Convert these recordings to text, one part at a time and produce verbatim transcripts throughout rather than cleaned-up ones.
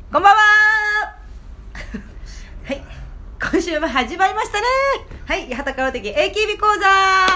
こんばんははい、今週も始まりましたね。はい、八幡川的 エーケービー 講座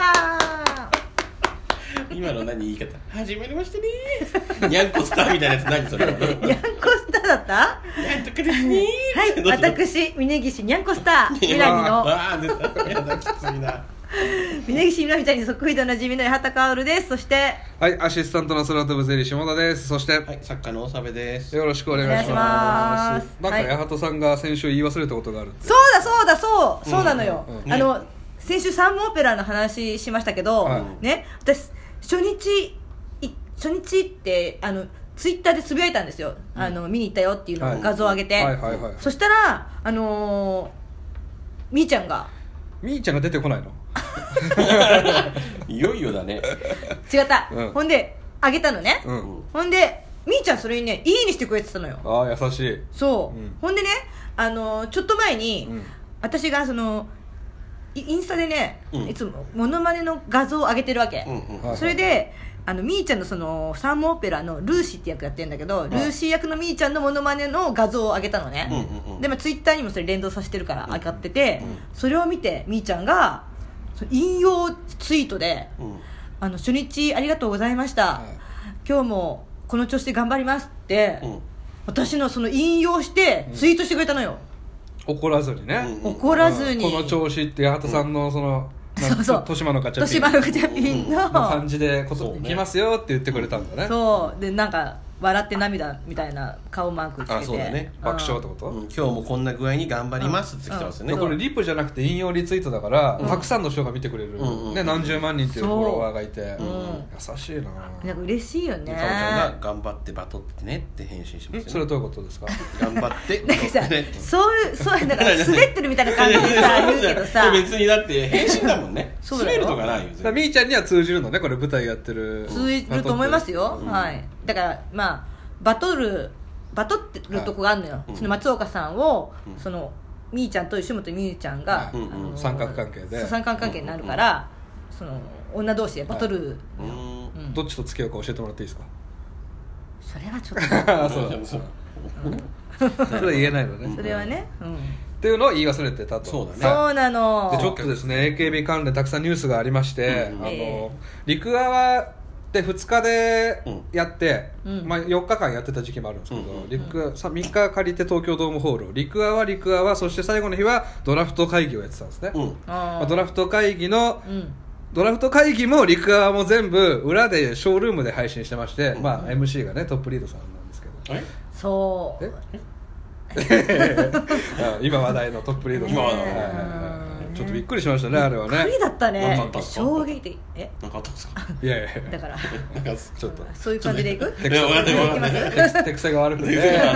今の何言い方始まりましたねにゃんこスターみたいなやつ何それにゃんこスターだったなんとかですねはい、私峯岸にゃんこスターみなみのああ出たやだきついな峯岸みなみちゃんにそっくりとおなじみの八幡薫です。そしてはいアシスタントの空飛ぶゼリー下田です。そして、 はい、作家の長部です。 よろしくお願いします。なんか八幡さんが先週言い忘れたことがあるって。 そうだそうだそうそうなのよ、 うんうん、 あの、ね、先週サンモオペラの話しましたけど、はい、ね、私初日初日ってあのツイッターでつぶやいたんですよ、うん、あの見に行ったよっていうのを画像を上げて、はいはいはいはい、そしたらあのー、みーちゃんがみーちゃんが出てこないのいよいよだね。 違った、うん、ほんであげたのね、うん、ほんでみーちゃんそれにねいいにしてくれてたのよ。 ああ優しい。 そう、うん、ほんでねあのちょっと前に、うん、私がそのインスタでね、うん、いつもモノマネの画像を上げてるわけ、うんうん、それであのみーちゃんのそのサンモオペラのルーシーって役やってるんだけど、ルーシー役のみーちゃんのモノマネの画像を上げたのね、うんうんうん、でもツイッターにもそれ連動させてるから上がってて、うんうん、それを見てみーちゃんが引用ツイートで、うん、あの初日ありがとうございました、はい、今日もこの調子で頑張りますって、うん、私のその引用してツイートしてくれたのよ、 うん、怒らずにね、 うん、怒らずに、 この調子って八幡さんのその、うん、 そうそう豊島のガチャピン豊島のガチャピンの感じでこそ、ね、行きますよって言ってくれたんだね。 そうでなんか笑って涙みたいな顔マークつけて、 あそうだね、 爆笑ってこと、うん、 今日もこんな具合に頑張りますって来てますよね、 うんうん、これリプじゃなくて引用リツイートだから、うん、たくさんの人が見てくれる、うんうんね、何十万人っていうフォロワーがいて、うん、優しいな。 なんか嬉しいよね。 かおちゃんが頑張ってバトってねって返信しますよね。 それはどういうことですか？ 頑張ってなんかさそうそうだから滑ってるみたいな感じでさ言うけどさ別にだって返信だもんね滑るとかないよ。 だみーちゃんには通じるのね、これ舞台やってる通じると思いますよ、うん、はいだからまあバトルバトってるとこがあるのよ、はい、その松岡さんを、うん、そのみーちゃんと吉本みーちゃんが、はい、あのー、 三角関係で三角関係になるから、うん、その女同士でバトル、はい、 うん、どっちと付き合うか教えてもらっていいですか？ それはちょっとそうだそうだ、うん、それは言えないのねそれはね、うん、 っていうのを言い忘れてたと。 そうだね、 そうなのでちょっとですね エーケービー 関連たくさんニュースがありまして、うん、あの、えー、陸アワでふつかでやって、うんまあ、よっかかんやってた時期もあるんですけど、うん、陸みっか借りて東京ドームホール陸アワ陸アワそして最後の日はドラフト会議をやってたんですね、うんまあ、ドラフト会議の、うん、ドラフト会議も陸アワも全部裏でショールームで配信してまして、うんまあ、エムシー がねトップリードさんなんですけど、 えそうえ今話題のトップリードさん、今話題のちょっとびっくりしましたね、あれはね。 びっくりだったね。衝撃的。え？ なんかあったんですか？ いやいやだからちょっとそういう感じでいく？ 手癖が悪くてね。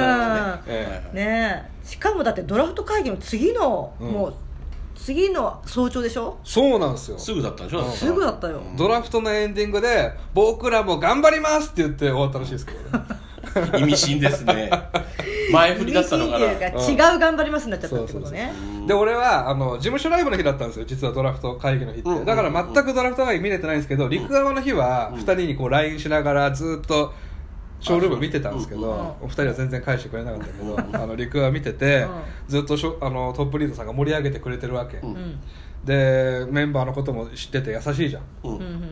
ねえ。しかもだってドラフト会議の次のもう次の早朝でしょ？ そうなんですよ。 すぐだったんでしょ？ すぐだったよ。 ドラフトのエンディングで僕らも頑張りますって言って終わったらしいですけどね。 意味深ですね。前振りだったのかな。 違う頑張りますになっちゃったってことね。 で俺はあの事務所ライブの日だったんですよ、実はドラフト会議の日って、うん、だから全くドラフト会議見れてないんですけど、うん、陸側の日はふたりにこう ライン しながらずっとショールーム見てたんですけど、うん、お二人は全然返してくれなかったけど、うん、あの陸側見てて、うん、ずっとしょあのトップリードさんが盛り上げてくれてるわけ、うん、でメンバーのことも知ってて優しいじゃん、うん、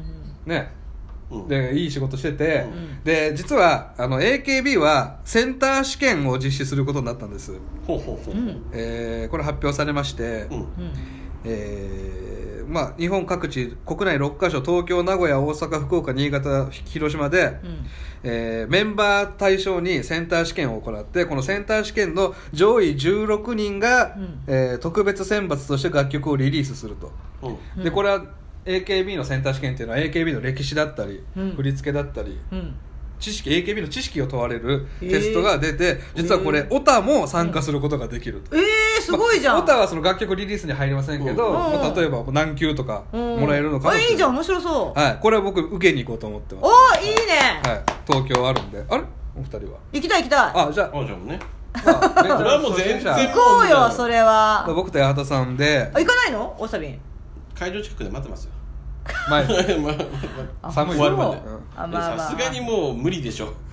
ねでいい仕事してて、うん、で実はあの エーケービー はセンター試験を実施することになったんです。 ほうほうほう、 えー、これ発表されまして、うんえーまあ、日本各地国内ろっかしょ東京名古屋大阪福岡新潟広島で、うんえー、メンバー対象にセンター試験を行って、このセンター試験の上位じゅうろくにんが、うんえー、特別選抜として楽曲をリリースすると、うん、でこれはエーケービー のセンター試験っていうのは エーケービー の歴史だったり、うん、振り付けだったり、うん、知識 エーケービー の知識を問われるテストが出て、えー、実はこれオタも参加することができると、 えー、すごいじゃん、 まあ、オタはその楽曲リリースに入りませんけど、うんまあ、例えば何級とかもらえるのかもしれない、うん、 いいじゃん面白そう、 はい、これは僕受けに行こうと思ってます。 おーいいね、 はい、東京あるんで。あれお二人は行きたい行きたい。 あじゃああじゃあもねまあ、それはもう全然行こうよそれは。 僕と八幡さんで。 あ行かないの大サビン。 会場近くで待ってますよ。 前寒い終わるまで。さすがにもう無理でしょ。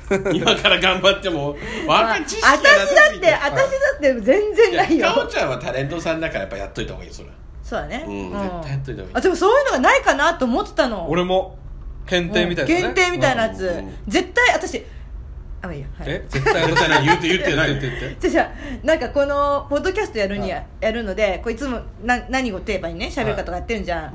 今から頑張っても若い知識がな私ださすぎてって私だって全然ないよ。 かおちゃんはタレントさんだからやっぱやっといた方がいいよそれ。 そうだね、 うん、絶対やっといた方がいい。 あでもそういうのがないかなと思ってたの。 俺も検定みたいなね、 検定みたいなやつ、 うん、 絶対私あいいや、はい、 え絶対絶対ない言って言ってない言って言ってじゃあなんかこのポッドキャストやるにや、やるのでこいつもな何をテーマにね喋るかとかやってるんじゃん、はい、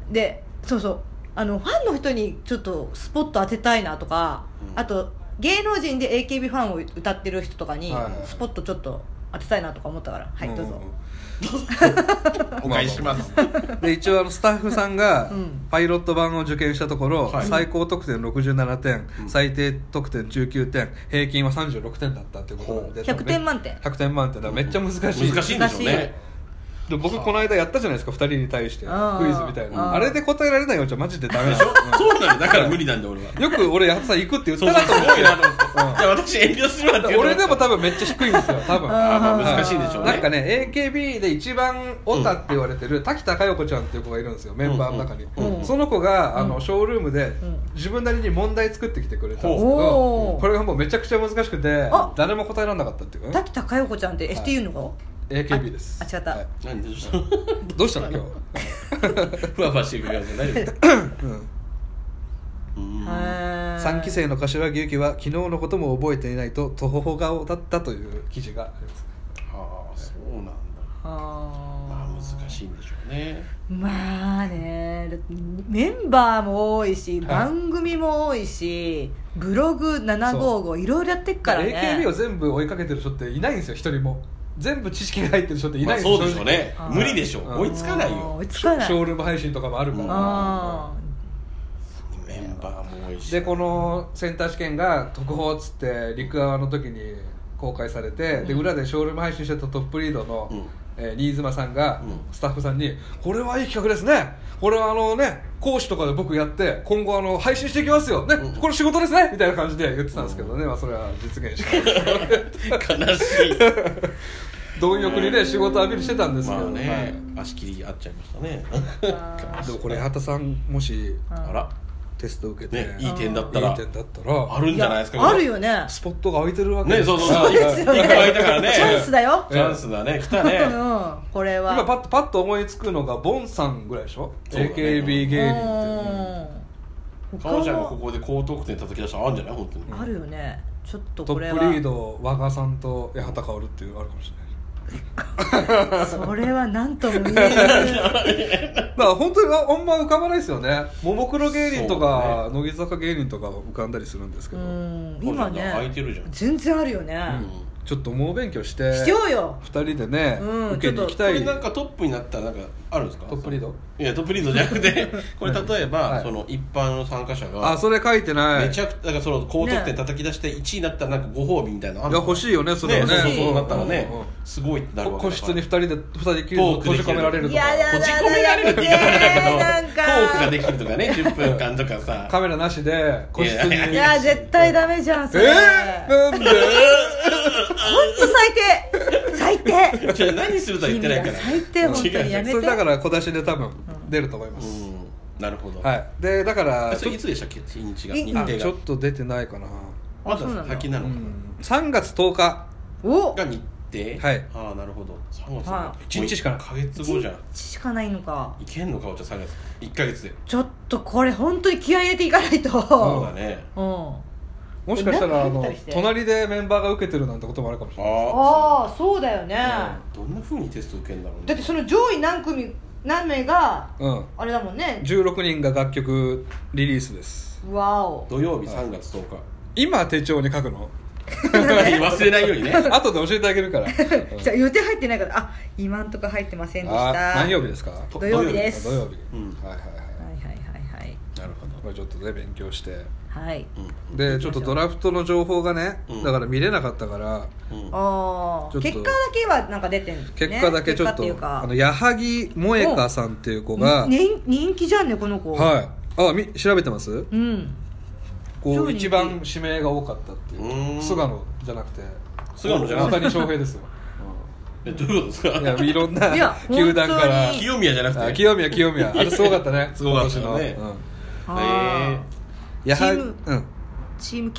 でそうそうあのファンの人にちょっとスポット当てたいなとか、うん、あと芸能人で エーケービー ファンを歌ってる人とかにスポットちょっと当てたいなとか思ったから、はいどうぞ、 お返しします。 で一応あのスタッフさんがパイロット版を受験したところ、 はい、 最高得点ろくじゅうななてん、うん、最低得点じゅうきゅうてん、平均はさんじゅうろくてんだったっていうことなんでひゃくてん満点ひゃくてん満点だからめっちゃ難しい、 うん、難しいんでしょうね。 で僕この間やったじゃないですかふたりに対してクイズみたいな あ, あれで答えられないよじゃマジでダメでしょ、うん、 そうなんだだから無理なんだ俺は。よく俺やつさん行くって言ったらすごいなと思って、うん、いや私遠慮するわって言う俺でも多分めっちゃ低いんですよ多分あ、まあ、難しいでしょうね。 なんかね エーケービー で一番オタって言われてる、うん、滝田佳代子ちゃんっていう子がいるんですよメンバーの中に、うんうん、その子があのショールームで自分なりに問題作ってきてくれたんですけど、うん、これがもうめちゃくちゃ難しくて誰も答えられなかったっていう、 滝田佳代子ちゃんって エスティーユー の子、はいエーケービー です。 あ、違った。はい、 何どうしたの？ どうしたの今日？ ふわふわしていく感じ大丈夫？ うん。さんき生の柏木由紀は昨日のことも覚えていないととほほ顔だったという記事があります。 はあ、そうなんだ。はあ。 まあ難しいんでしょうね。 まあね、メンバーも多いし、番組も多いし、ブログななごーごいろいろやってっからね。 エーケービー を全部追いかけてる人っていないんですよ一人も。全部知識が入ってる人っていないんですよ、 まあ、そうでしょうね。無理でしょう、追いつかないよ。 追いつかない。 ショールーム配信とかもあるからあメンバーも多いしでこのセンター試験が特報っつって陸アワの時に公開されて、うん、で裏でショールーム配信してたトップリードの、うんえー、新妻さんがスタッフさんに、うん、これはいい企画ですね、これはあのね講師とかで僕やって今後あの配信していきますよね、うん、これ仕事ですねみたいな感じで言ってたんですけどね、うん、まあ、それは実現しない悲しい貪欲にね仕事アピールしてたんですけど、 まあね、 はい、 足切り合っちゃいましたねでもこれ八幡さんもしあらテスト受けて、 ね、いい点だったらいい点だったらあるんじゃないですか。 あるよね。 スポットが空いてるわけですね。そうそうそう一個空いたからねチャンスだよ。 チャンスだね来たね、 うん、これは今パッとパッと思いつくのがボンさんぐらいでしょ、ね、エーケービー 芸人ってかおちゃんがここで高得点叩き出したらあるんじゃない本当にあるよね。ちょっとこれはトップリード和賀さんと八幡薫っていうのがあるかもしれないそれは何とも言えないだから本当にあんま浮かばないですよね。ももクロ芸人とか、ね、乃木坂芸人とか浮かんだりするんですけど、 うん今ね空いてるじゃん全然あるよね、 うんちょっと猛勉強してしようよふたりでね、うん、受けに行きたい。 これなんかトップになったらなんかあるんですかトップリード。 いやトップリードじゃなくてこれ例えば、はい、その一般の参加者があそれ書いてないめちゃくちゃだからその高得点叩き出していちいになったらなんかご褒美みたいなのあるの。 いや欲しいよねそれはね。 ねそうそうそうなったらね、うんうん、すごいってなるわけだから個室にふたりでふたりきりで閉じ込められるとか閉じ込められるって言い方だけどトークができるとかねじゅっぷんかんとかさカメラなしで個室にいや絶対ダメじゃんそれ。 えー、なんで本当最低最低じゃあ何するとは言ってないから最低本当にやめて。 それだから小出しで多分出ると思います、うん、 なるほど、 はい、でだからそれいつでしたっけ日にちが日程がちょっと出てないかな。 まだ先なのかな、うん、 さんがつとおかおが日程。 はいああなるほどさんがつ、 はい、いちにちしかないいっかげつごじゃん。いちにちしかないのか。 いけんのかお茶さんがついっかげつでちょっとこれ本当に気合い入れていかないと。 そうだね、 うん、 もしかしたらあの隣でメンバーが受けてるなんてこともあるかもしれない。 ああそうだよね、 うん、どんな風にテスト受けるんだろうね。 だってその上位何組何名が、 うん、 あれだもんね。 じゅうろくにんが楽曲リリースです。 わお。 土曜日さんがつとおか、 今手帳に書くの忘れないようにね後で教えてあげるからじゃあ予定入ってないからあ今んとこ入ってませんでした。 何曜日ですか。 土曜日です。 土曜日、 うん、 はいはいはいはいはいはいはい。 なるほど。 これちょっとね勉強してはい、 うん、でちょっとドラフトの情報がね、うん、だから見れなかったから、 うん、あ結果だけはなんか出てるんですね。 結果だけちょっとあの矢作萌香さんっていう子が、 ね、人気じゃんねこの子。 はいあみ調べてます。 うんこう一番指名が多かったっていう菅野じゃなくて菅野じゃなくて大谷翔平ですよえどういうことですか。 いやいろんな球団から清宮じゃなくて清宮清宮あれすごかったねすごかったね。 今年の、うん、 あやはりチーム、うん、チーム K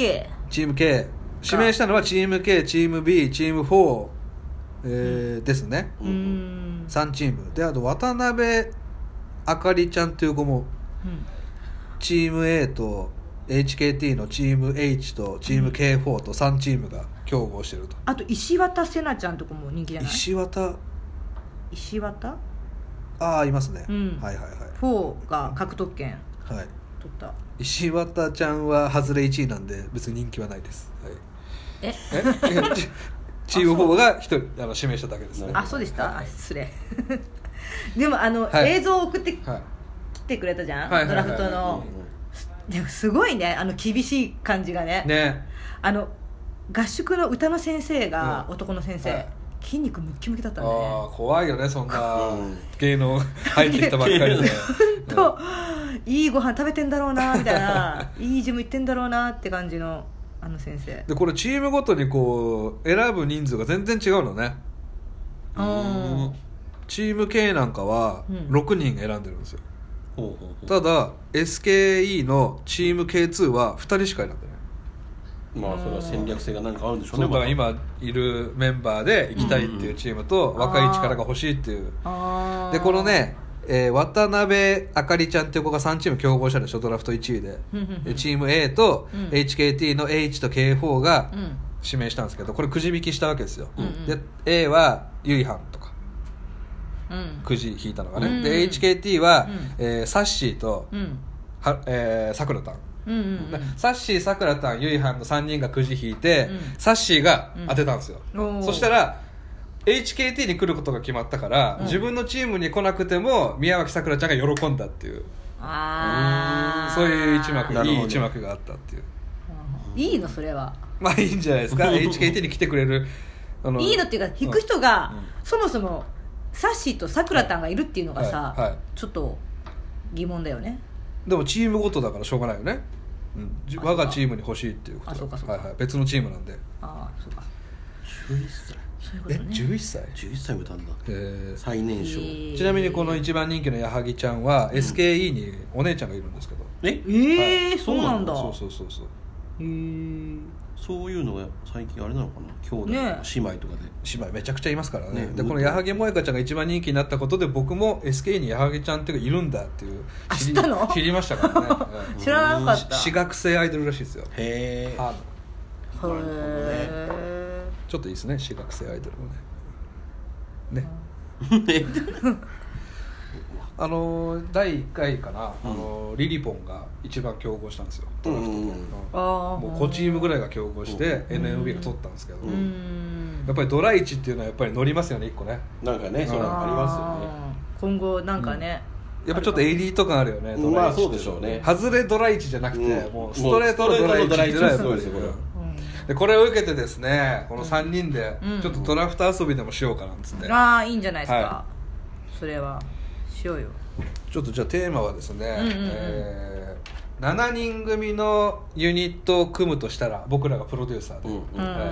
チーム K 指名したのはチーム K、チーム B、チームフォー、えーうん、ですね、 うん、 さんチームで、あと渡辺あかりちゃんという子も、うん、チーム A と エイチケーティー のチーム H とチーム ケーフォー とさんチームが競合してると。 あと石渡せなちゃんとかも人気じゃない？ 石渡石渡ああいますね、うん、はいはいはい。 フォーが獲得権はい取った石渡ちゃんは外れいちいなんで別に人気はないです、はい、 ええチームフォーがひとりあの指名しただけですね。 あそうでした、はい、失礼でもあの、はい、映像を送ってきてくれたじゃん、はい、ドラフトの、でもすごいねあの厳しい感じがね。 ねあの合宿の歌の先生が、うん、男の先生、はい、筋肉ムッキムキだったんだね。 ああ怖いよねそんな芸能入ってきたばっかりでと、うん、いいご飯食べてんだろうなみたいないいジム行ってんだろうなって感じのあの先生で、これチームごとにこう選ぶ人数が全然違うのね。うん、チーム K なんかはろくにん選んでるんですよ、うん、ただ エスケーイー のチーム ケーツー はふたりしか選んでない。 まあそれは戦略性が何かあるんでしょうね。 そうだから今いるメンバーで行きたいっていうチームと、若い力が欲しいっていう。あでこのね、えー、渡辺あかりちゃんっていう子がさんチーム競合したでしょドラフトいちいででチーム A と エイチケーティー の H と ケーフォー が指名したんですけど、これくじ引きしたわけですよ、うんうん、で A はユイハンとか、うん、くじ引いたのがね、うんうん、で エイチケーティー は、うんえー、サッシーと、うんはえー、サクラタン、うんうんうん、サッシー、サクラタン、ユイハンのさんにんがくじ引いて、うん、サッシーが当てたんですよ、うん、そしたら エイチケーティー に来ることが決まったから、うん、自分のチームに来なくても宮脇さくらちゃんが喜んだっていう、あそういう一幕、いい一幕があったっていう。 いいのそれはまあいいんじゃないですかエイチケーティー に来てくれるあのいいのっていうか引く人が、うん、そもそもサッシーとさくらたんがいるっていうのがさ、はいはいはい、ちょっと疑問だよね。 でもチームごとだからしょうがないよね、うん、我がチームに欲しいっていうことだ。あそうかそうか、はいはい、別のチームなんで。ああそうかじゅういっさいそういうことね。 えじゅういっさいじゅういっさいもいたんだ、えー、最年少、えー、ちなみにこの一番人気の矢作ちゃんは、うん、エスケーイー にお姉ちゃんがいるんですけど。 ええーはい、そうなんだ。 そうそうそうそう。 へーそういうのが最近あれなのかな、兄弟、ね、姉妹とかで姉妹めちゃくちゃいますからね。ねでこの矢作萌香ちゃんが一番人気になったことで僕も エスケーイー に矢作ちゃんっていうのがいるんだっていう知り、知ったの知りましたからね知らなかった。 私学生アイドルらしいですよ。 へーーへーちょっといいですね私学生アイドルもねねあのだいいっかいかな、うん、あのリリポンが一番競合したんですよドラフトで、うん、もうごチームぐらいが競合して エヌエムビー が取ったんですけど、うん、やっぱりドラいちっていうのはやっぱり乗りますよねいっこね。 なんかねそういうのありますよね今後なんかね、 うん、やっぱちょっとエリート感あるよねドラいち。 まあそうでしょうね。 外れドラいちじゃなくて、うん、もうストレートのドラいちっていうのはやっぱりすごいでこれを受けてですねこのさんにんでちょっとドラフト遊びでもしようかなんつって、うん、 ああいいんじゃないですか、はい、それはしようよ。 ちょっとじゃあテーマはですね、うんうんうんえー、しちにん組のユニットを組むとしたら僕らがプロデューサーで、うんうんはい、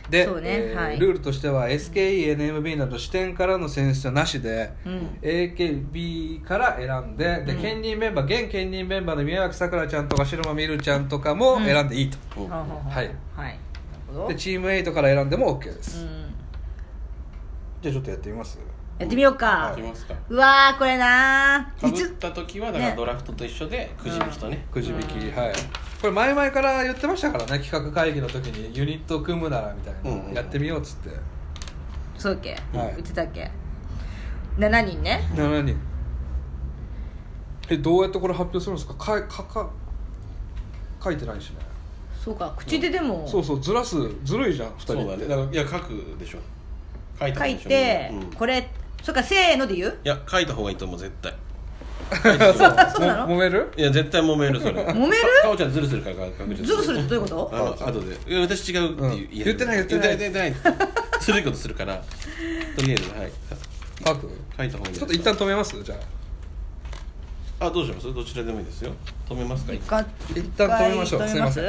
で、ねえーはい、ルールとしては エスケーイー、エヌエムビー など視点からの選出はなしで、うん、エーケービー から選んで、で、うん、兼任メンバー現兼任メンバーの宮脇さくらちゃんとか白間みるちゃんとかも選んでいいと、うん、はい、はい、でチームエイトから選んでも OK です、うん、じゃあちょっとやってみます。 やってみようか、 はい、 うわーこれなーかぶった時はだからドラフトと一緒でくじ引きとね、 くじ引き、うん、はいこれ前々から言ってましたからね企画会議の時にユニットを組むならみたいな、うんうん、やってみようっつって。 そうっけ、はい、言ってたっけ。しちにんね。 しちにんえどうやってこれ発表するんですか。かかか書いてないしね。 そうか口ででも、 うん、そうそうずらすずるいじゃんふたり。 そうだねだからいや書くでしょ書いた書いて、うん、これそうかせーので言う。 いや書いた方がいいと思う絶対そうなの。 揉める。 いや絶対揉めるそれ揉める。 かおちゃんズルするから確実にズルするってどういうこと。 あの後でいや私違うって言う、うん、 言ってない言ってない言ってないずるいことするからとりあえずはい書く書いた方がいい。 ちょっと一旦止めますじゃあ。あどうしますどちらでもいいですよ。止めますか。 一旦止めましょう。すいません。はい、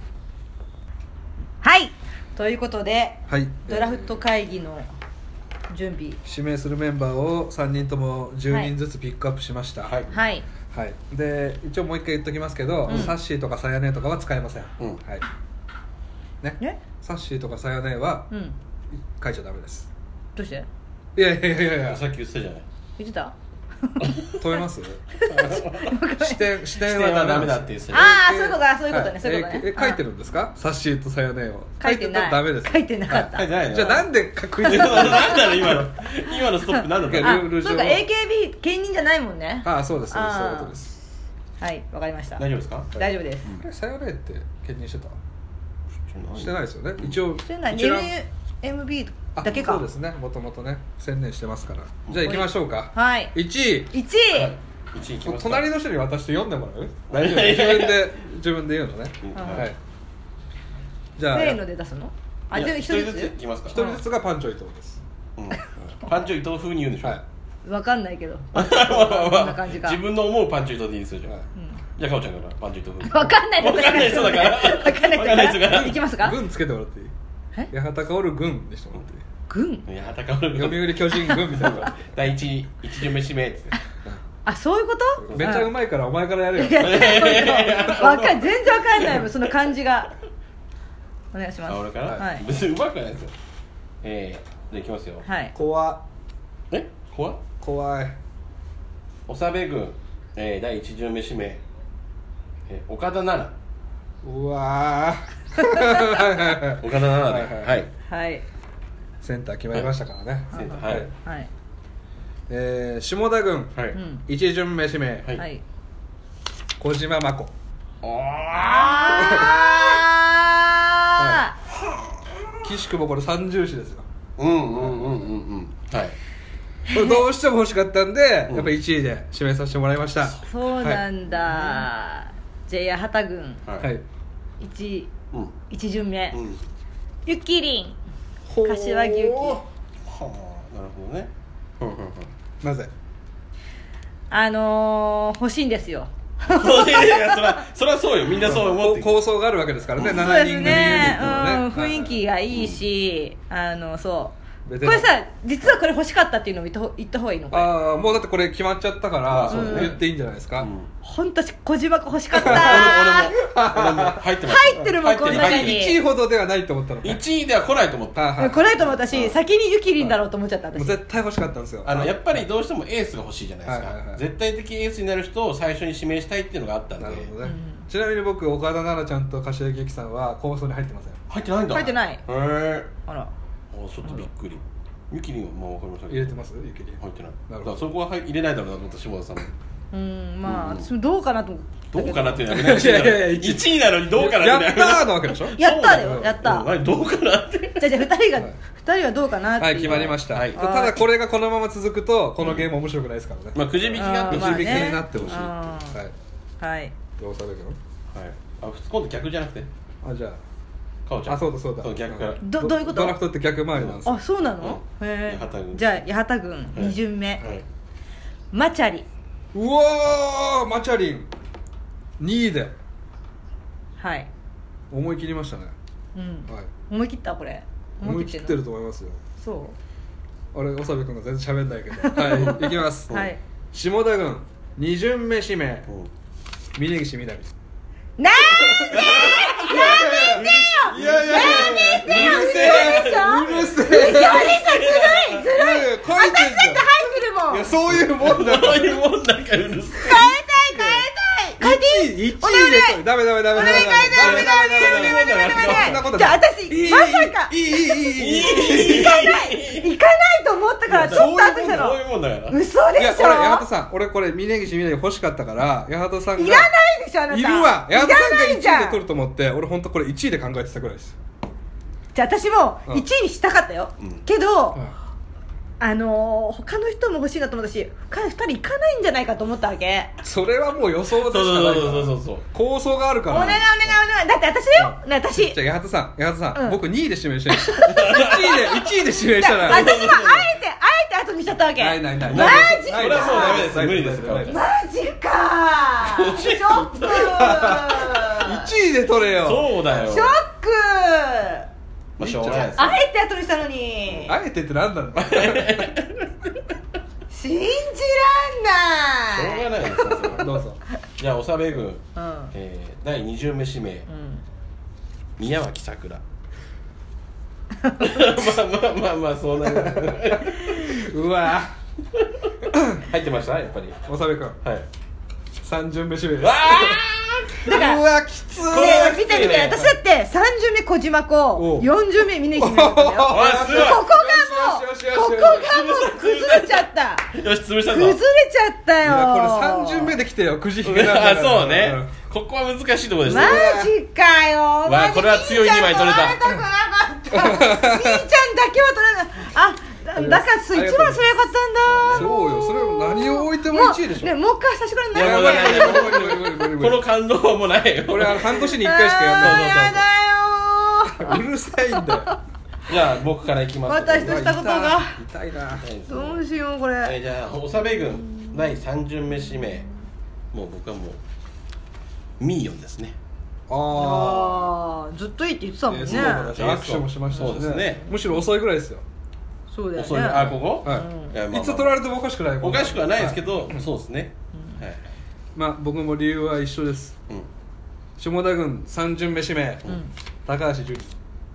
はい、ということで、 はい、 ドラフト会議の準備、 指名するメンバーをさんにんともじゅうにんずつピックアップしました。 はい、はいはいで一応もう一回言っときますけど、うん、サッシーとかサヤネとかは使えません、うんはいね、サッシーとかサヤネは、うん、書いちゃダメです。 どうして？ いやいやいやいやさっき言ってたじゃない。 言ってた？ 止めます視点視点はダメだって言ってた。 ああそういうことかそういうことね、はい、そういうことね。 え書いてるんですか？サッシーとサヤネを書いてない。 ダメです。 書いてなかった。 書いてないの。 じゃあなんで書くんですか？ なんだろ今の今のストップなんだったの？ルール上。そうか エーケービー 兼任じゃないもんね。 ああそうですそうですそういうことです。 はいわかりました。 大丈夫ですか？ 大丈夫です。 サヤネって兼任してた？してないですよね。一応してない。エヌエムビー だけか。 そうですね。もともとね専念してますから。じゃあ行きましょうか。 はい。 いちい。 いちい。 はいいちいきますか。 隣の人に渡して読んでもらう？自分で自分で言うのね。はい。じゃあせーので出すの？あじゃあ一人ずついきますか。 一人ずつがパンチョ伊藤です。 パンチョ伊藤風に言うんでしょ。 わかんないけど。こんな感じか。 自分の思うパンチョ伊藤でいいですよじゃあ。じゃあかおちゃんからパンチョ伊藤風。わかんない。 わかんない人だから。わかんない人だから。いきますか？ 軍つけてもらっていい？え？八幡薫軍にしてもらっていい？ 軍？ 八幡薫読売巨人軍みたいな。 第一一巡目指名って。 あそういうこと？ めっちゃうまいからお前からやるよ。 わかん全然わかんないもんその感じが。お願いします。 あ俺から？ はい。 別にうまくないですよ。えー、じゃあいきますよ。 はい。 怖。 え？怖？ 怖い。 長部軍、えー、第一巡目指名、えー、岡田奈 々。うわー。岡田奈々で。はい。 はい。 センター決まりましたからね。 センターはい。 はい。 えー、下田軍、はい、一巡目指名、はい、小島真子。ああ岸久保これ三重視ですよ。 うんうんうんうんうんはいこれどうしても欲しかったんで、うん、やっぱりいちいで指名させてもらいました。 そうなんだ、はい、じゃあ八幡軍、 はい、 一、うん、一巡目、うん、ゆきりん柏木由紀。 はあなるほどね。 なぜ？ あのー、欲しいんですよ。 いやいやそりゃそりゃそうよみんなそう思って構想があるわけですからね。 そうですね、しちにん組ユニットのね、うん、雰囲気がいいし、うん、あのそうこれさ実はこれ欲しかったっていうのを言った言った方がいいの？ ああもうだってこれ決まっちゃったから、うん、言っていいんじゃないですか。 本当、うん、小島欲しかった俺も俺も入ってます。 入ってるもんこの中に。 いちいほどではないと思ったのか。 いちいでは来ないと思った。 はいはい、来ないと思ったし先にゆきりんだろうと思っちゃった。私もう絶対欲しかったんですよ。 あのやっぱりどうしてもエースが欲しいじゃないですか、はいはいはい、絶対的エースになる人を最初に指名したいっていうのがあったんで。なるほどね、 うん、ちなみに僕岡田奈々ちゃんと柏木由紀さんは構想に入ってません。 入ってないんだ。 入ってない。へえ。 あらあちょっとびっくり。ゆきりんはまあ分かりましたけど入れてます？ゆきりん入ってない。なるほど。だからそこは入れないだろうなと思った下田さんも。 うんまあ、うん、私もどうかなと思ったどうかなっていうのはねいちいなのにどうかなってやったーなわけでしょ。 やっただよやった。 うん、どうかなってじゃあじゃあふたりが、はい、ふたりはどうかなってはい決まりました、はい、ただこれがこのまま続くとこのゲーム面白くないですからね、 うん、まあくじ引きがくじ引きになってほしい。 はいはいどうされるの？ はいあ普通今度逆じゃなくてあじゃあかおちゃんあそうだそうだそう逆からどどういうこと？ ドラフトって逆回りなんですよ。 あそうなの？うん、へえ。じゃあ八幡軍に巡目、はい、マチャリ。 うわーマチャリンにいではい思い切りましたね。 うん、はい、思い切ったこれ思い切ってると思いますよ。 そうあれ長部君が全然喋んないけどはいいきます、 はい、 下田軍に巡目指名峯岸みなみ。 なんでなんでよいやいやいやうるせえうるせえずるいずるい私だって入ってるもん。 いやそういうもんだそういうもんだからうるせえ。 変えたい変えたい変えていい？ いちいでダメダメダメダメダメダメダメ。じゃあ私まさかいいいいいいいい行かない行かないと思ったからちょっと後したの。 そういうもんだから。 嘘でしょ。 いや俺八幡さん俺これ峯岸みなみ欲しかったから八幡さんがいらないでしょあなた。 いるわ八幡さんがいちいで取ると思って俺本当これいちいで考えてたぐらいです。 じゃあ私もいちいにしたかったよ、うん、けど、うん、あのー、他の人も欲しいなと思ったし他のふたり行かないんじゃないかと思ったわけ。 それはもう予想でしかないから。そうそうそうそう構想があるから。 お願いお願いお願い。だって私だよ、うん、私じゃあ八幡さん八幡さん、うん、僕にいで指名してるいちいでいちいで指名したら私はあえてあえて後にしちゃったわけ。 ないないないマジか。 それはもうダメです無理ですマジかショックいちいで取れよ。 そうだよショック。 まあしょうがないです。 あえて後にしたのに。 あえてって何なんだし信じらんない。 しょうがないですよそれどうぞ。 じゃあおさべ軍、 うんえー、だいに巡目指名、 うん宮脇さくらまあまあまあまあそうなるうわ入ってましたやっぱり。 おさべくんはい三巡目指名です。 わだからうわきつこれはね、見て見て、私だってさん巡目小島お子、よん巡目峯岸みなみだったよ。ここあすごいがもう、ここがもう崩れちゃった。 よし潰したぞ。 崩れちゃったよ。 いやこれさん巡目で来てよ、くじ引けなんだから。 あそうね、ここは難しいところですね。 マジかよ。 わあこれは強いにまい取れた。 みーちゃん取らなかった。みーちゃんだけは取れない。あ、だから一番それよかったんだ。 そうよ、それを何を置いてもいちいでしょ。 ね、もう一回させてくれない。 いやもうないないこの感動はもうないよ。 これは半年にいっかいしかやんない。 やだよ。 うるさいんだよ。 じゃあ僕からいきます。 私としたことが痛いな。 どうしようこれ。 えー、じゃあおさべ軍だいさん巡目指名、もう僕はもうミーヨンですね。 あああ、ずっといいって言ってたもんね。 握手もしましたしね。むしろ遅いぐらいですよ。 そうだよね。 遅い。あ、ここ、 はい、いつ取られてもおかしくない。 おかしくはないですけど、そうですね。はい。 まあ僕も理由は一緒です。下田軍さん巡目指名、高橋樹里。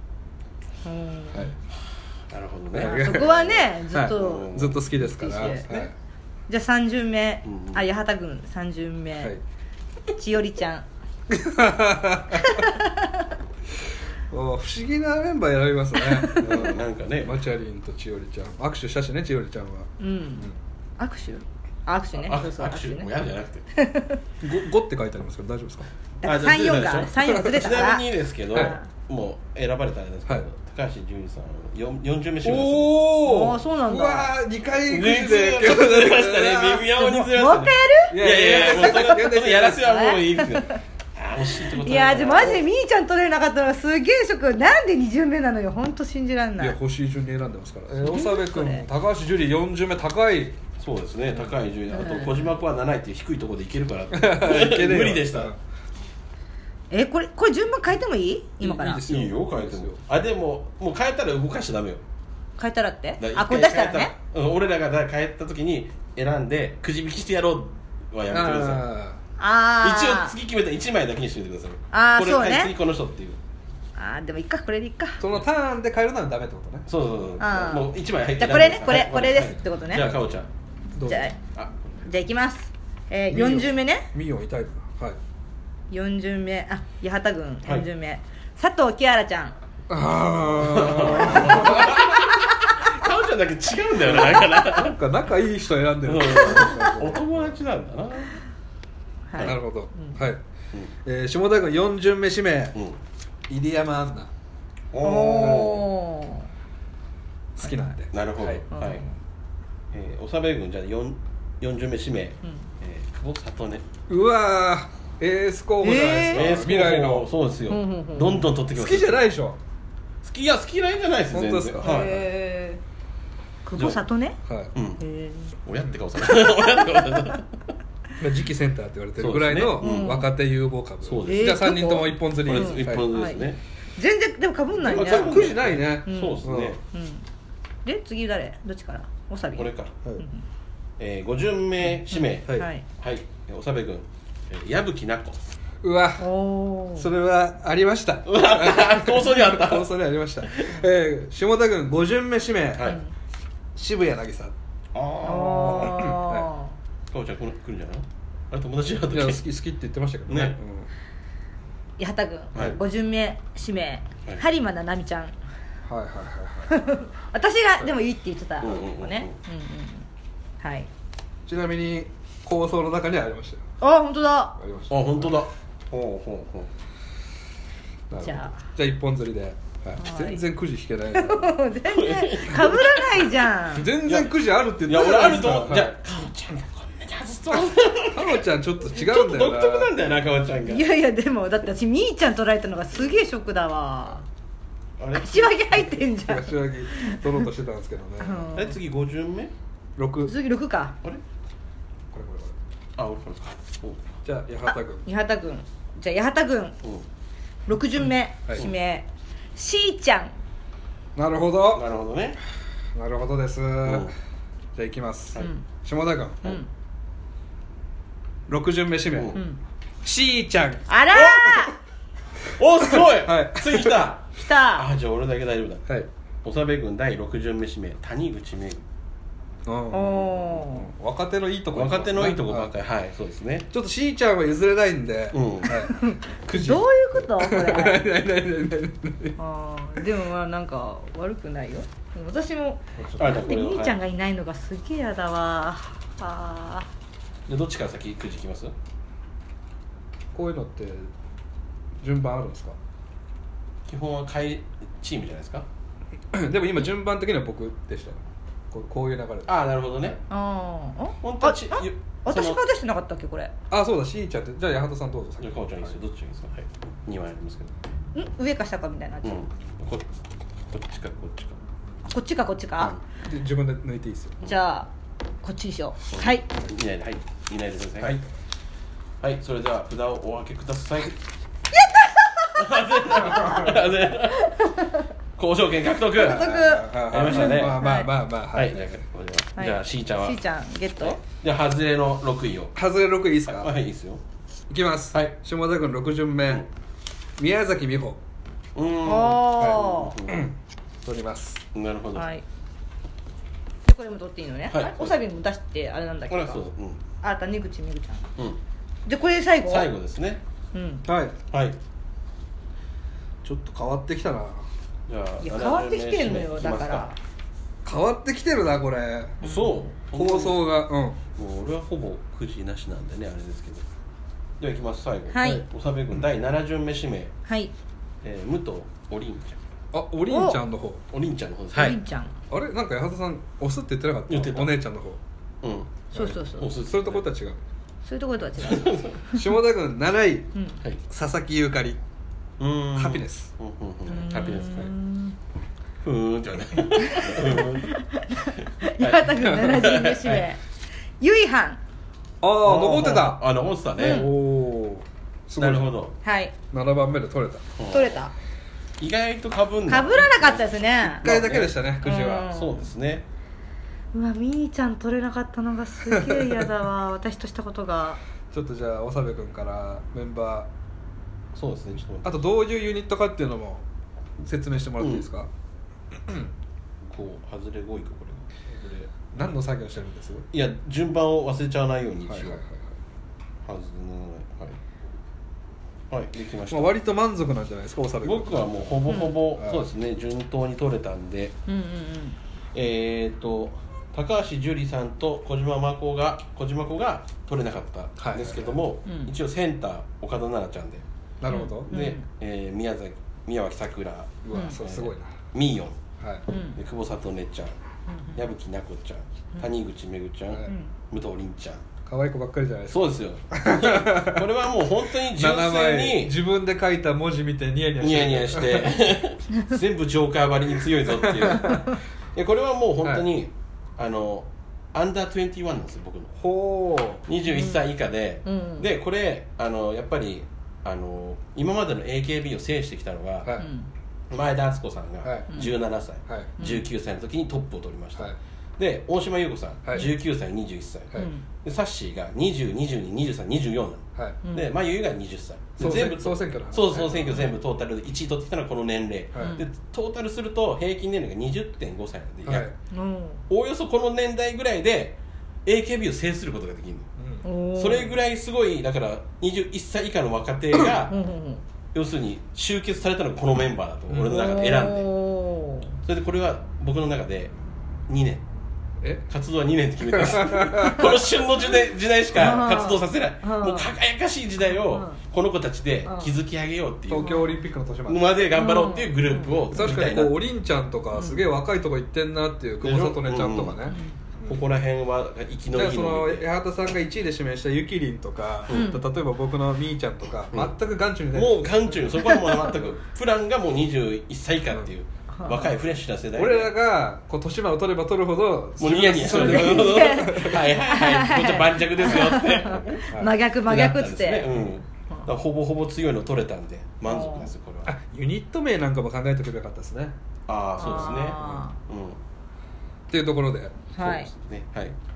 なるほどね。 そこはね、ずっとずっと好きですから。 じゃあさん巡目、あ、八幡軍さん巡目、千代里ちゃん。 不思議なメンバー選びますね。 なんかね、 マチャリンと千代里ちゃん握手したしね、千代里ちゃんは。 うん握手握手ね。 握手もやじゃなくてごって書いてありますけど大丈夫ですか。 さんよんがさんよんがずれたから。 ちなみにですけど、もう選ばれたんですけど、高橋樹里さんよん巡目指名。 おお、そうなんだ。 うわー、にかいずれましたね。微妙にずれましたね。 もう一回やる？ いやいやいや、もうそのやらせはもういいですよ。惜しいってこと。 いや、じゃマジでみーちゃん取れなかったのがすげえショック。なんでに巡目なのよ、本当信じられない。 いや、欲しい順に選んでますから。長部君、高橋樹里よん巡目高い。 そうですね、高い順位。あと小島君はなないっていう低いところでいけるから無理でした。 え、これこれ順番変えてもいい？今から。 いいよ、変えても。あ、でももう変えたら動かしちゃダメよ。 変えたらって？あ、これ出したらね。 俺らが変えた時に選んでくじ引きしてやろうはやめてください。 あ一応次決めたいちまいだけにしてみてください。 ああ、そうね。 次この人っていう。 ああ、でもいっか、これでいっか。 そのターンで変えるならダメってことね。 そうそうそう。もういちまい入って。 じゃあこれね、これこれですってことね。 じゃあかおちゃん。 じゃあじゃあいきます。えー、よん巡目ね。 ミヨン痛いな。はい。 よん巡目、あ、八幡軍よん巡目、佐藤キアラちゃん。 ああ。かおちゃんだけ違うんだよな。だからなんか仲いい人選んでる。 お友達なんだな。 はい、なるほど、うん、はい、えー、下田軍よん巡目指名、うん、入山杏奈。 おお好きなんで。 なるほど。はい。えー、おさべ軍じゃあよん巡目指名、うん、えー、久保里音。 うわー、エース候補じゃないですか。 エース未来の。そうですよ。どんどん取ってきます。 好きじゃないでしょ。 好き、いや好きないんじゃないです。 本当ですか。 はい。 久保里音ね。 はい。うん。 親って顔され。親って顔され。 次期センターって言われてるぐらいの若手有望株。 そうです。 じゃあさんにんとも一本釣り。 一本釣りですね。 全然でも被んないね。 くじないね。 そうですね。 で次誰？どっちから？おさび。 これか。えー、ご巡目指名。 はい。 はい。おさべ軍矢吹奈子。 うわ。それはありました。 構想にあった。 構想にありました。えー、下田軍ご巡目指名。はい。渋谷渚。 ああ。かおちゃん来るんじゃない？あれ友達だったっけ？ いや好き好きって言ってましたけどね。 八幡軍ご巡目指名播磨七海ちゃん。はいはいはいはい。 私がでもいいって言ってた子ね。はい。 ちなみに構想の中にありましたよ。 あ、本当だ。 ありました。あ、本当だ。ほうほうほう。じゃあじゃあ一本釣りで。全然くじ引けない。 全然被らないじゃん。 全然くじあるって言ってたじゃないですか。いや俺あると。じゃあかおちゃんがこんなに外すと。 かおちゃんちょっと違うんだよな。 ちょっと独特なんだよな、かおちゃんが。 いやいやでもだって私みーちゃん捉えたのがすげえショックだわ。柏木入ってんじゃん。 柏木取ろうとしてたんですけどね。 あれ次ご巡目？ 六。 次六か。 あれ？これこれこれ。あ、俺これか。 じゃあ八幡軍。 八幡軍。じゃあ八幡軍。六巡目指名しーちゃん。 なるほど。 なるほどね。 なるほどです。じゃあいきます。 下田君、 うん、 ろく巡目指名、 うん、 しーちゃん。 あらーおすごい、 はい、 次来た来た。 あ、じゃあ俺だけ大丈夫だ。はい、長部軍だいろく巡目指名谷口めぐ。 おー、若手のいいとこ、 若手のいいとこばっかり。はい、そうですね。 ちょっとしーちゃんは譲れないんで、うん、はい、 どういうことこれあでもまあなんか悪くないよ。私もなんでみーちゃんがいないのがすげえやだわ。あでどっちから先くじきます？ こういうのって順番あるんですか？ 基本は下位チームじゃないですか。 でも今順番的には僕でした。こ う, こういう流れ。 ああ、なるほどね。 ああ、 本当はち私が出してなかったっけこれ。 あ、そうだ、しーちゃんって。じゃあ八幡さんどうぞ。 じゃあかおちゃんいいですよ。どっちがいいですか？はい。にまいありますけど。ん？上か下かみたいなやつ。うん、 こ, こっちかこっちか。 こっちかこっちか。 うん、で自分で抜いていいですよ。 じゃあこっちにしよう。はい。 いないで、はい。いないでください。はい。はい、それでは札をお開けください。やったー。交渉権獲得。獲得。ありましたね。 まあまあまあまあ。 はい。じゃあしーちゃんは。 しーちゃんゲット。 じゃあ外れのろくいを。 外れろくいいいですか？ はい、いいですよ。 いきます。 はい。 下田君ろく巡目宮崎美穂。 うん。おー。取ります。 なるほど。 はい。でこれも取っていいのね。はい。おさびも出してあれなんだけど。 そう。うん。 あ、谷口めぐちゃん。うん。でこれ最後。 最後ですね。 うん。 はいはい。 ちょっと変わってきたな。 じゃあいや変わってきてんのよ。だから変わってきてるなこれ。 そう放送が。うん。もう俺はほぼくじなしなんでねあれですけど。ではいきます最後。 はい。 長部君だいなな巡目指名。 はい。 えー、武藤おりんちゃん。あ、おりんちゃんの方。 おりんちゃんの方です。 はい。おりんちゃん。 あれなんか八幡さん押すって言ってなかった？ 言ってた。 お姉ちゃんの方。 うん。そうそうそう。 そういうところとは違う。 そういうところとは違う。 下田君なない。佐々木ゆかり。ハピネス。 ハピネス。ふーんじゃない。 岩田君なな巡目指名。ゆいはん。 ああ残ってた。 あ残ってたね。 おお。 なるほど。 はい。 ななばんめで取れた。 取れた。 意外とかぶんかぶらなかったですね。 一回だけでしたねくじは。 そうですね。 うわみーちゃん取れなかったのがすげえ嫌だわ。私としたことが。 ちょっとじゃあ長部君からメンバー。そうですね。ちょっとあとどういうユニットかっていうのも説明してもらっていいですか？ こう外れごいかこれ。 外れ何の作業してるんです？ いや順番を忘れちゃわないように一応。はいはいはい。はずのはい。はいできました。 まあ割と満足なんじゃないですか長部君。 僕はもうほぼほぼそうですね順当に取れたんで。 うんうんうん。 えっと高橋樹里さんと小島真子が小島子が取れなかったんですけども、一応センター岡田奈々ちゃんで。 なるほど。 で、えー、宮崎宮脇さくら、 うわ、そうすごいな。 ミーヨン、 はい、 で久保里音ちゃん、矢吹奈子ちゃん、谷口めぐちゃん、武藤凛ちゃん。 可愛い子ばっかりじゃないですか。 そうですよ。これはもう本当に純粋に自分で書いた文字見てニヤニヤしてニヤニヤして全部ジョーカーばりに強いぞっていう。いやこれはもう本当に、はい、あのアンダーにじゅういちなんですよ僕の。 ほう。にじゅういっさい以下で、うん、でこれあのやっぱりあの今までの エーケービー を制してきたのが、はい、前田敦子さんがじゅうななさい、はい、じゅうきゅうさいの時にトップを取りました、はい、で大島優子さん、はい、じゅうきゅうさいにじゅういっさい、はい、でサッシーがにじゅう、にじゅうに、にじゅうさん、にじゅうよんなの、はい、でまゆゆがはたちで全部総選挙のそう総選挙全部トータルでいちい取ってきたのはこの年齢、はい、でトータルすると平均年齢が にじゅってんごさいなんで、はい、おおよそこの年代ぐらいで エーケービー を制することができるの、うん、それぐらいすごいだからにじゅういっさい以下の若手が要するに集結されたのがこのメンバーだと俺の中で選んで、それでこれは僕の中でにねんえ活動はにねんって決めてますこの旬の時代、時代しか活動させないもう輝かしい時代をこの子たちで築き上げようっていう東京オリンピックの年までまで頑張ろうっていうグループを確かにこうおりんちゃんとかすげえ若いとこ行ってんなっていう久保里音ちゃんとかね、 ここら辺は生きのいいのを見て八幡さんがいちいで指名したゆきりんとか、うん、例えば僕のみーちゃんとか、うん、全く眼中にないもう眼中にそこはもう全くプランがもうにじゅういっさい以下っていう、うん、若いフレッシュな世代俺らがこう年間を取れば取るほどもうニヤニヤするはいはいはいこっちは盤石ですよって真逆真逆っつって、 ねうん、ほぼほぼ強いの取れたんで満足ですこれは。 あユニット名なんかも考えてくればよかったですね。 ああそうですね、うん、 っていうところではい、 そうですねはい、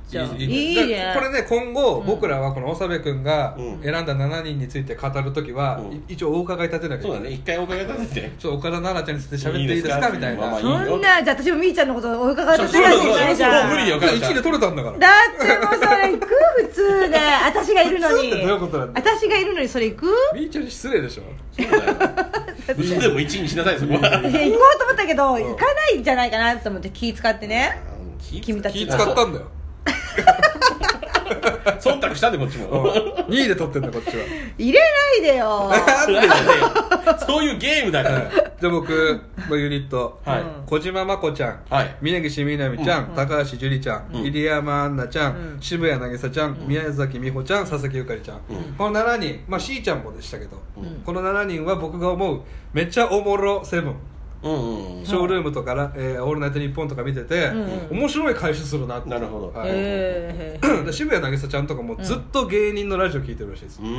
じゃあいいね。 これね今後僕らはこの長部君が選んだしちにんについて語るときは一応お伺い立てなきゃいけない。 そうだね、一回お伺い立てて、 ちょっと岡田奈々ちゃんについて喋っていいですかみたいな。 そんな、じゃあ私もみーちゃんのことお伺い立てなきゃいけないじゃん。 もう無理よ、 いちいで取れたんだから。 だってもうそれ行く普通で、私がいるのに。 どういうことなんだ。 私がいるのにそれ行く？ みーちゃんに失礼でしょ。 そうだよ。嘘でもいちいにしなさいそこは。 いや行こうと思ったけど行かないんじゃないかなと思って気使ってね。君たち気使ったんだよ。 忖度したんでこっちもにいで取ってんだこっちは。 入れないでよ。 そういうゲームだから。 じゃあ僕のユニット、はい、小島真子ちゃん、はい、峯岸みなみちゃん、うん、高橋樹里ちゃん、うん、入山杏奈ちゃん、うん、渋谷渚ちゃん、うん、宮崎美穂ちゃん、佐々木ゆかりちゃん、うん、このしちにん、まあ C ちゃんもでしたけど、うん、このしちにんは僕が思うめっちゃおもろセブン。うんうんうん、ショールームとか、えー、オールナイトニッポンとか見てて、うんうん、面白い回収するなって。 なるほど、 はい、えー、渋谷渚ちゃんとかもずっと芸人のラジオ聞いてるらしいです、うん、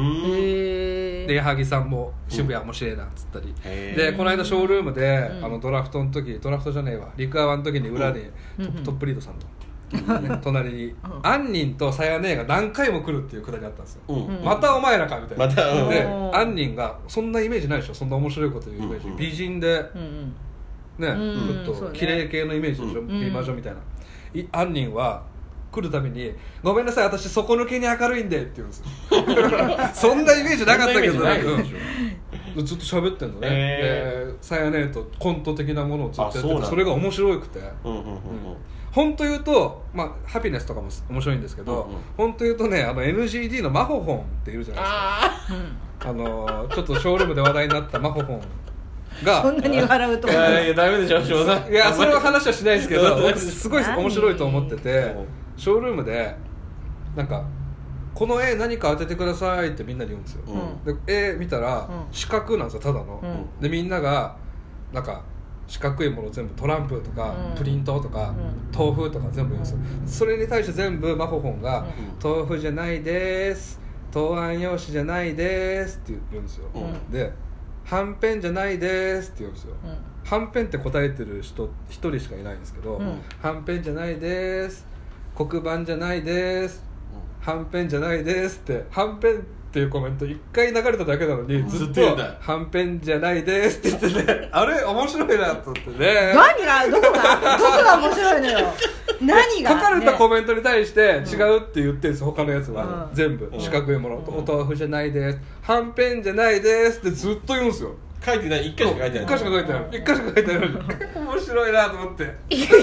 で矢作さんも渋谷面白いなっつったり、うん、でこの間ショールームで、うん、あのドラフトの時ドラフトじゃねえわリクアワの時に裏で、うん、ト, トップリードさんと、ね、隣に杏仁とさやねえが何回も来るっていうくだりあったんですよ、うん、またお前らかみたいな、また、うん、で杏仁がそんなイメージないでしょ、そんな面白いこと言うイメージ、うんうん、美人で、うんうん、ね、うん、ちょっと綺麗系のイメージでしょ、うん、美魔女みたいな、杏仁は来るたびにごめんなさい私底抜けに明るいんでって言うんですよそんなイメージなかったけどね、うん、ずっと喋ってんのね、えー、さやねとコント的なものをずっとやってて、それが面白くて、うんうんうんうん、本当言うと、まあ、ハピネスとかも面白いんですけど、うんうん、本当言うとねあの エヌジーディー のマホホンっているじゃないですか、あ、あのちょっとショールームで話題になったマホホンがそんなに笑うと思う。いやいやダメでしょ翔さん。 いやそれは話はしないですけど僕すごい面白いと思ってて、ショールームでなんかこの絵何か当ててくださいってみんなに言うんですよ、うん、で絵見たら四角なんですよただの、うん、でみんながなんか四角いもの全部トランプとか、うん、プリントとか、うん、豆腐とか全部言うんですよ。それに対して全部マホホンが、うん、豆腐じゃないです答案用紙じゃないですって言うんですよ、うん、ではんぺんじゃないですって言うんですよ、うん、はんぺんって答えてる人ひとりしかいないんですけど、うん、はんぺんじゃないです黒板じゃないです、うん、はんぺんじゃないですってはんぺんっていうコメントいっかい流れただけなのにずっとはんぺんじゃないですって言ってねあれ面白いなと思ってね。 何がどこがどこが面白いのよ何が、 書かれたコメントに対して違うって言ってるんです、うん、他のやつは、うん、全部四角いもの、うん、お豆腐じゃないですはんぺんじゃないですってずっと言うんですよ。 書いてない、いっかいしか書いてない、いっかいしか書いてない、 いっかいしか書いてない面白いなと思っていや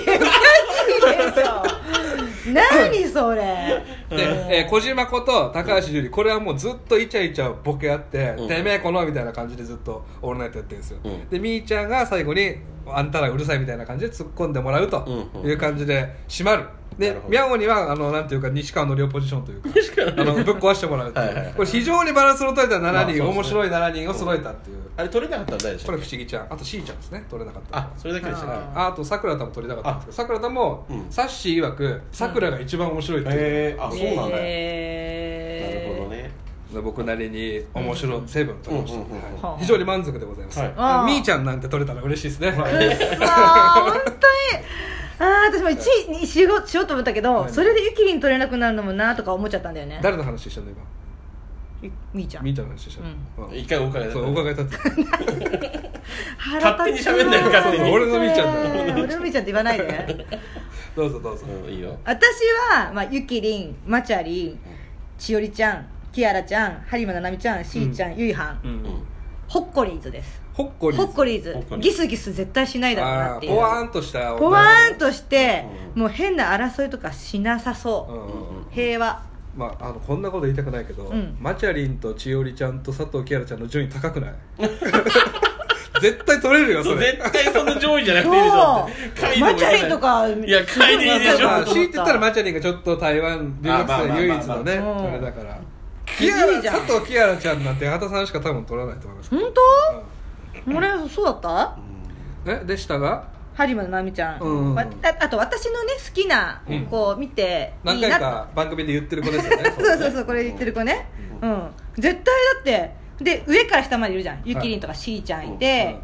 何それで、えー、小島子と高橋樹里これはもうずっとイチャイチャボケあって、うん、てめえこのみたいな感じでずっとオールナイトやってるんですよ、うん、でみーちゃんが最後にあんたらうるさいみたいな感じで突っ込んでもらうという感じで締まる。でミャオにはあのなんていうか西川の両ポジションというかあのぶっ壊してもらうっていうはいはい、はい、これ非常にバランスの取れたしちにん、まあね、面白いしちにんを揃えたっていう、 あれ取れなかったん誰でしたっけ。 これ不思議ちゃん、あと C ちゃんですね取れなかった。 あそれだけでしたっけ。 あ, あとさくらたも取れなかったんですけどさくらたも、うん、サッシー曰くさくらが一番面白いっていう、うん、 へーあそうなんだ、 えー、 なるほどね。 僕なりに面白セブンとりました、はい、非常に満足でございます、はい、みーちゃんなんて取れたら嬉しいですね、はい、 本当にあ私もいちいにしよう、しようと思ったけど、はい、それでゆきりん取れなくなるのもなとか思っちゃったんだよね。 誰の話したの今。みーちゃんみーちゃんの話したの、うん、一回お伺いだった。 そうお伺いだった勝手に喋んないよ勝手に。 俺のみーちゃんだ俺のみーちゃんって言わないでどうぞどうぞ、 うん、いいよ。 私は、まあ、ゆきりん、まちゃりん、ちよりちゃん、キアラちゃん、はりまななみちゃん、しーちゃん、うん、ゆいはん、うんうん、ほっこりーずです。 ほっこりーず、 ほっこりーずギスギス絶対しないだろうなっていう、 ポワーンとしたポワーンとして、うん、もう変な争いとかしなさそう、うんうんうん、平和。 まあ、あのこんなこと言いたくないけど、うん、マチャリンと千織ちゃんと佐藤キアラちゃんの順位高くない絶対取れるよそれ。 絶対その上位じゃなくていいでしょって。 マチャリンとかいや書いていいでしょ。 まあ、強いて言ったらマチャリンがちょっと台湾留学生唯一のねあれだから。キアラ佐藤キアラちゃんなんて畑さんしか多分取らないと思います。 本当？うん、俺そうだった？ えでしたが？ 播磨なみちゃん、うん、あ, あと私のね好きな子を見ていいな、 何回か番組で言ってる子ですよねそうそうそうこれ言ってる子ね、うん、絶対だってで上から下までいるじゃん、ゆきりんとかしーちゃんいて、はい、まあ、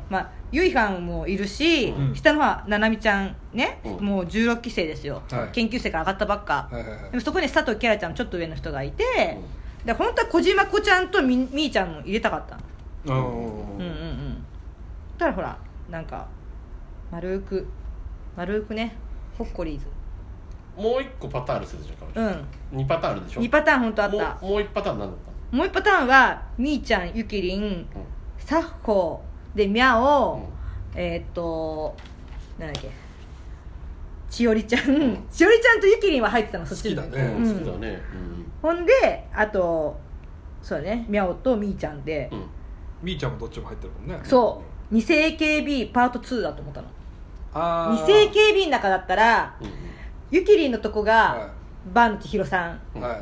ゆいはんもいるし、うん、下の方はななみちゃんね、うん、もうじゅうろっき生ですよ、はい、研究生から上がったばっか、はいはいはい、でもそこに佐藤キャラちゃんちょっと上の人がいて、うん、で本当は小島子ちゃんとみみーちゃんも入れたかったの、うんうんうんただほらなんか丸く丸くねほっこりーずもう一個パターンあるするじゃん、うん、にパターンあるでしょ。 にパターン本当あった。 もう一パターン何だった？ もう一パターンはみーちゃん、ゆきりん、うん、サッホでみゃお、うん、えー、っとなんだっけちよりちゃん、うん、ちよりちゃんとゆきりんは入ってたのそっち好きだね、 うん、 好きだね、 うん、ほんであとそうだねみゃおとみーちゃんで、うん、 みーちゃんもどっちも入ってるもんね。 そうに世 エーケービー パートツーだと思ったの。あに世 エーケービー の中だったら、うん、ゆきりんのとこがバンチヒロさん、はい、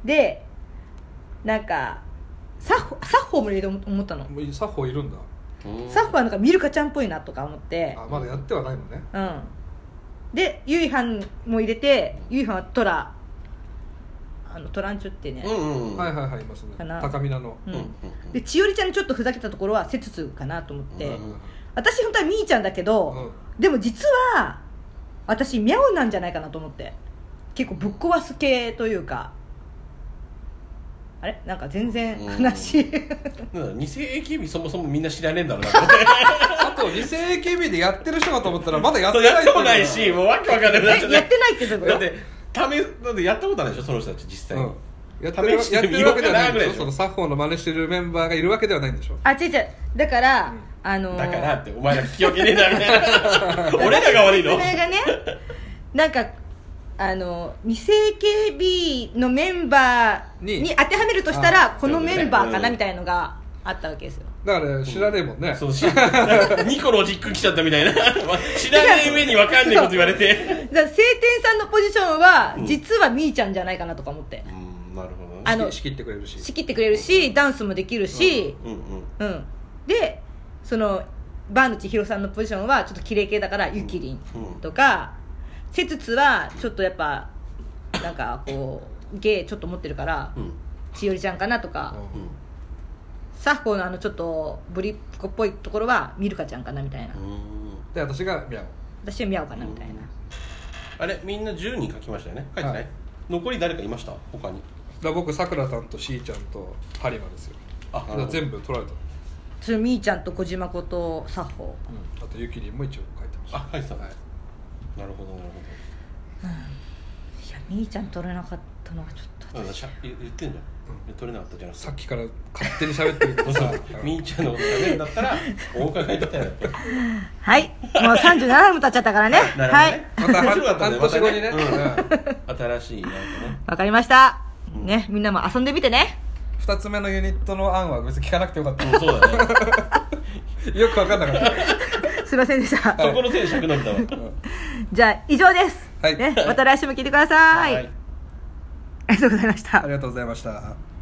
でなんかサッホサッホも入れると思ったの。 サッホいるんだ。 サッホはなんかミルカちゃんっぽいなとか思って。 あまだやってはないのね。 うんでゆいはんも入れてゆいはんはトラあのトランチュってね、うんうんうん、はいはいはいいますね高見菜の、 うんうん、で千代里ちゃんのちょっとふざけたところはセツツかなと思って、うん、私本当はみーちゃんだけど、うん、でも実は私ミャオなんじゃないかなと思って結構ぶっ壊す系というかあれなんか全然話、 うん、に世 エーケービー そもそもみんな知らねえんだろうなあとに世 エーケービー でやってる人かと思ったらまだやってないってやってもないしもうわけわかんないやってないってどういうことだってためだってやったことないでしょその人たち実際に、うん、 やってる試してみようかなぐらいでしょ。そのサッホーの真似してるメンバーがいるわけではないんでしょ。 あ違う違うだから、うん、あのー、 だからってお前ら聞き分けねえなみたいな俺らが悪いのそれがねなんかあのに世 エーケービー のメンバーに当てはめるとしたらこのメンバーかなみたいなのがあったわけですよ。 だから知らねえもんね、うん、そうニコのジック来ちゃったみたいな知らねえ上に分かんねえこと言われてだから晴天さんのポジションは、うん、実はみーちゃんじゃないかなとか思って、 うん、なるほど、ね、 あの仕切ってくれるし仕切ってくれるしダンスもできるし、うんうんうん、でそのバーヌチヒロさんのポジションはちょっと綺麗系だからゆきりんとか、うん、セツツはちょっとやっぱなんかこう芸ちょっと持ってるから、うん、ちよりちゃんかなとか、うん、サッホのあのちょっとブリッコっぽいところはミルカちゃんかなみたいな。 で私がミャオ私はミャオかなみたいな。 あれみんなじゅうにん書きましたよね。書いてない、はい、残り誰かいました他に。 だ僕さくらさんとしーちゃんとハリマですよ。あ全部取られた。 それみーちゃんと小島子とサッホ、 うん、あとゆきりんも一応書いてました。 あ書いてた、はい、なるほどなるほど、うん、いやみーちゃん取れなかったのがちょっと言ってんじゃん、うん、取れなかったじゃん。 さっきから勝手に喋ってるけどさみーちゃんのことがねだったらお伺いできたよはいもうさんじゅうななふん経っちゃったからねねはいまた半年後にね、 うん、新しいなんかねわかりました、うん、ねみんなも遊んでみてね。 ふたつめのユニットの案は別に聞かなくてよかった、 うん、そうだねよく分かんなかったすいませんでした、 はい、そこのせいで尺伸びたわ、うん、 じゃあ以上です、はいね、また来週も聞いてください、はい、ありがとうございました。 ありがとうございました。